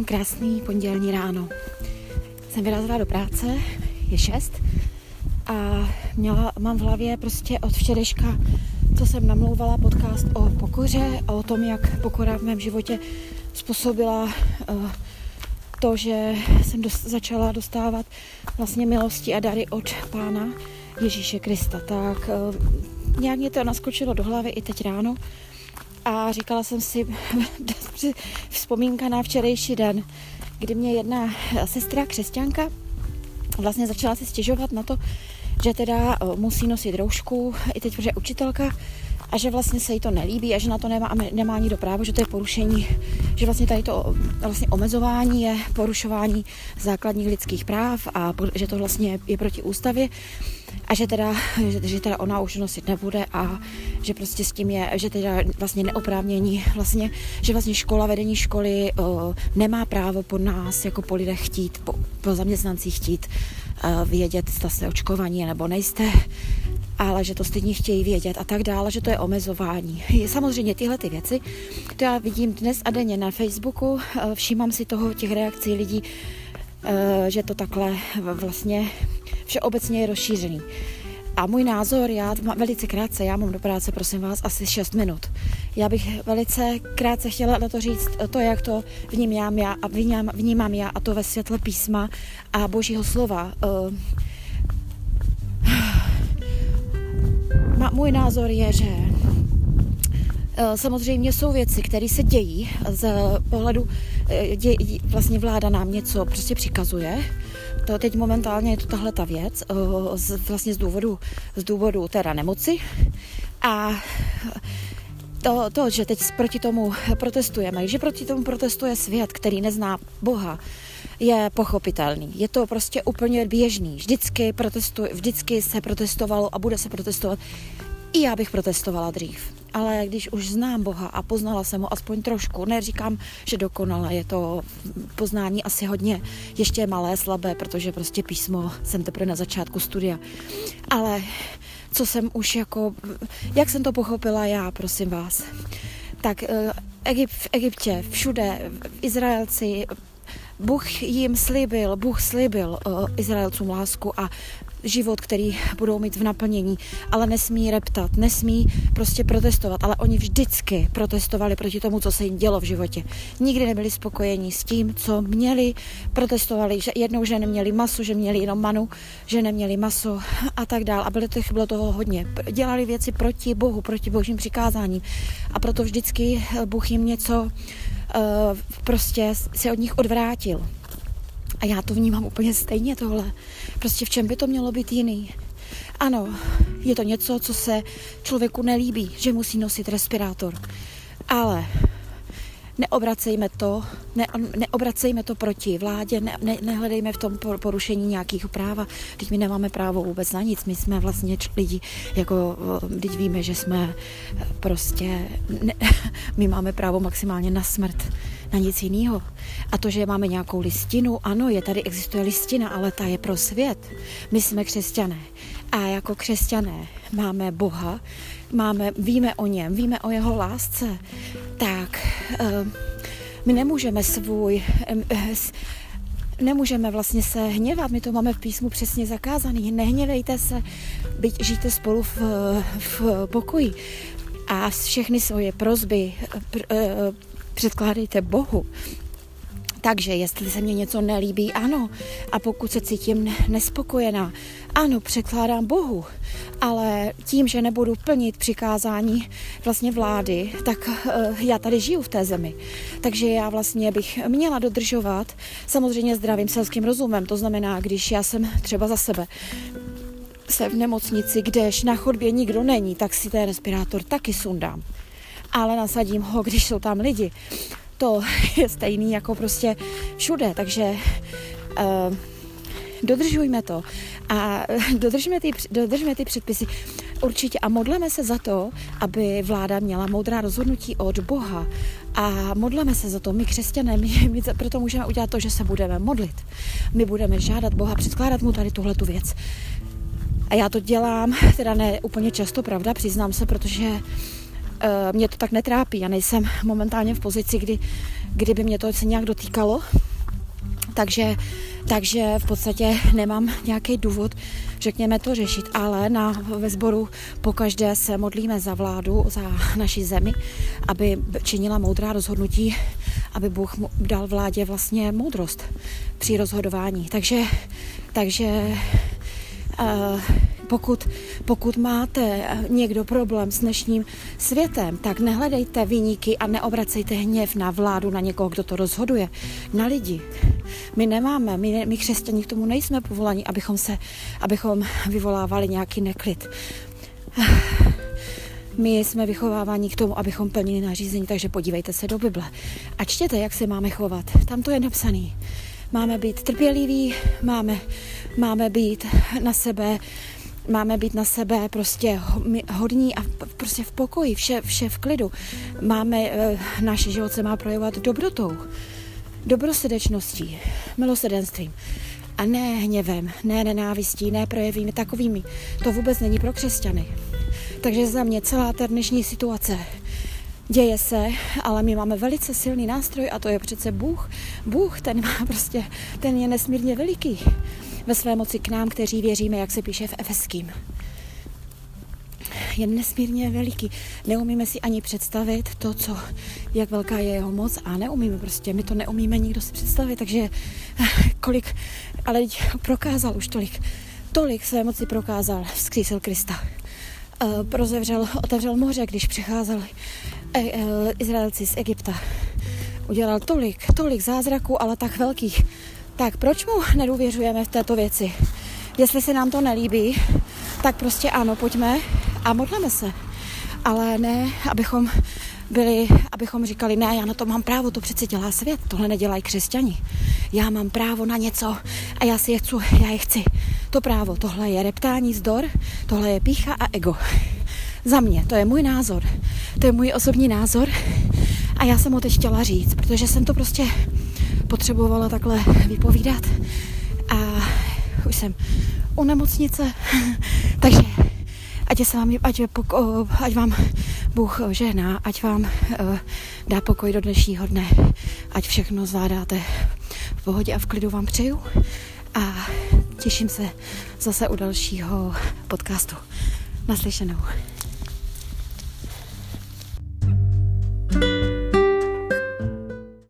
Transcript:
vám krásný pondělní ráno. Jsem vyrazila do práce, je 6 a mám v hlavě prostě od včerejška, co jsem namlouvala, podcast o pokoře a o tom, jak pokora v mém životě způsobila to, že jsem začala dostávat vlastně milosti a dary od Pána Ježíše Krista. Tak nějak mě to naskočilo do hlavy i teď ráno a říkala jsem si, vzpomínka na včerejší den, kdy mě jedna sestra křesťanka vlastně začala si stěžovat na to, že teda musí nosit roušku, i teď, protože je učitelka, a že vlastně se jí to nelíbí a že na to nemá ani do právo, že to je porušení, že vlastně tady to vlastně omezování je porušování základních lidských práv a že to vlastně je proti ústavě a že teda ona už nosit nebude a že prostě s tím je, že teda vlastně neoprávnění, vlastně, že vlastně vedení školy nemá právo po nás, jako po lidech chtít, po zaměstnancích chtít vědět, zda jste očkovaní nebo nejste, ale že to stejně chtějí vědět a tak dále, že to je omezování. Samozřejmě tyhle ty věci, to já vidím dnes a denně na Facebooku, všímám si toho, těch reakcí lidí, že to takhle vlastně všeobecně je rozšířený. A můj názor, já velice krátce, já mám do práce, prosím vás, asi 6 minut. Já bych velice krátce chtěla na to říct to, jak to vnímám já a to ve světle písma a Božího slova. Můj názor je, že samozřejmě jsou věci, které se dějí z pohledu, vlastně vláda nám něco prostě přikazuje. To teď momentálně je to tahle ta věc, vlastně z důvodu teda nemoci. A to, že teď proti tomu protestujeme, že proti tomu protestuje svět, který nezná Boha, je pochopitelný. Je to prostě úplně běžný. Vždycky se protestovalo a bude se protestovat. I já bych protestovala dřív. Ale když už znám Boha a poznala jsem ho aspoň trošku, neříkám, že dokonale, je to poznání asi hodně ještě malé, slabé, protože prostě písmo jsem teprve na začátku studia. Ale co jsem už jak jsem to pochopila já, prosím vás, tak v Egyptě, všude, Izraelci, Bůh slíbil Izraelcům lásku a život, který budou mít v naplnění, ale nesmí reptat, nesmí prostě protestovat, ale oni vždycky protestovali proti tomu, co se jim dělo v životě. Nikdy nebyli spokojení s tím, co měli, protestovali, že jednou, že neměli maso, že měli jenom manu, že neměli maso a tak dál. A bylo toho hodně. Dělali věci proti Bohu, proti Božím přikázáním a proto vždycky Bůh jim něco prostě se od nich odvrátil. A já to vnímám úplně stejně tohle. Prostě v čem by to mělo být jiný? Ano, je to něco, co se člověku nelíbí, že musí nosit respirátor. Ale neobracejme to proti vládě, nehledejme v tom porušení nějakých práva. Teď my nemáme právo vůbec na nic. My jsme vlastně lidi, teď víme, že jsme prostě, my máme právo maximálně na smrt, na nic jiného. A to, že máme nějakou listinu, ano, tady existuje listina, ale ta je pro svět. My jsme křesťané. A jako křesťané máme Boha, víme o něm, víme o jeho lásce. Tak my nemůžeme vlastně se hněvat, my to máme v písmu přesně zakázaný. Nehněvejte se, byť žijte spolu v pokoji a všechny svoje prosby předkládejte Bohu. Takže jestli se mně něco nelíbí, ano. A pokud se cítím nespokojená, ano, předkládám Bohu. Ale tím, že nebudu plnit přikázání vlastně vlády, tak já tady žiju v té zemi. Takže já vlastně bych měla dodržovat samozřejmě zdravým selským rozumem. To znamená, když já jsem třeba za sebe se v nemocnici, kdež na chodbě nikdo není, tak si ten respirátor taky sundám. Ale nasadím ho, když jsou tam lidi. To je stejný jako prostě všude, takže dodržujme to a dodržme ty předpisy určitě a modleme se za to, aby vláda měla moudrá rozhodnutí od Boha a modleme se za to, my křesťané, my proto můžeme udělat to, že se budeme modlit. My budeme žádat Boha, předkládat mu tady tuhletu věc. A já to dělám, teda ne úplně často, pravda, přiznám se, protože mě to tak netrápí. Já nejsem momentálně v pozici, kdy kdyby mě to se nějak dotýkalo. Takže v podstatě nemám nějaký důvod, řekněme, to řešit, ale ve sboru pokaždé se modlíme za vládu, za naši zemi, aby činila moudrá rozhodnutí, aby Bůh dal vládě vlastně moudrost při rozhodování. Takže pokud máte někdo problém s dnešním světem, tak nehledejte viníky a neobracejte hněv na vládu, na někoho, kdo to rozhoduje, na lidi. My křesťaní k tomu nejsme povolaní, abychom vyvolávali nějaký neklid. My jsme vychováváni k tomu, abychom plnili nařízení, takže podívejte se do Bible a čtěte, jak se máme chovat. Tam to je napsaný. Máme být trpěliví, máme být na sebe prostě hodní a prostě v pokoji, vše v klidu. Náš život se má projevovat dobrotou, dobrosrdečností, milosrdenstvím a ne hněvem, ne nenávistí, ne projevými takovými. To vůbec není pro křesťany. Takže za mě celá ta dnešní situace děje se, ale my máme velice silný nástroj a to je přece Bůh. Bůh, ten je nesmírně veliký ve své moci k nám, kteří věříme, jak se píše v Efeským. Je nesmírně veliký. Neumíme si ani představit jak velká je jeho moc a my to neumíme nikdo si představit, takže ale prokázal už tolik své moci prokázal, vzkřísil Krista. Otevřel moře, když přicházeli Izraelci z Egypta. Udělal tolik zázraků, ale tak velkých. Tak proč mu nedůvěřujeme v této věci? Jestli se nám to nelíbí, tak prostě ano, pojďme a modleme se. Ale ne, abychom říkali, ne, já na to mám právo, to přece dělá svět, tohle nedělají křesťani. Já mám právo na něco a já je chci. To právo, tohle je reptání, vzdor, tohle je pýcha a ego. Za mě, to je můj názor, to je můj osobní názor a já jsem ho teď chtěla říct, protože jsem to prostě potřebovala takhle vypovídat a už jsem u nemocnice, takže ať vám Bůh žehná, ať vám dá pokoj do dnešního dne, ať všechno zvládáte v pohodě a v klidu vám přeju a těším se zase u dalšího podcastu. Naslyšenou.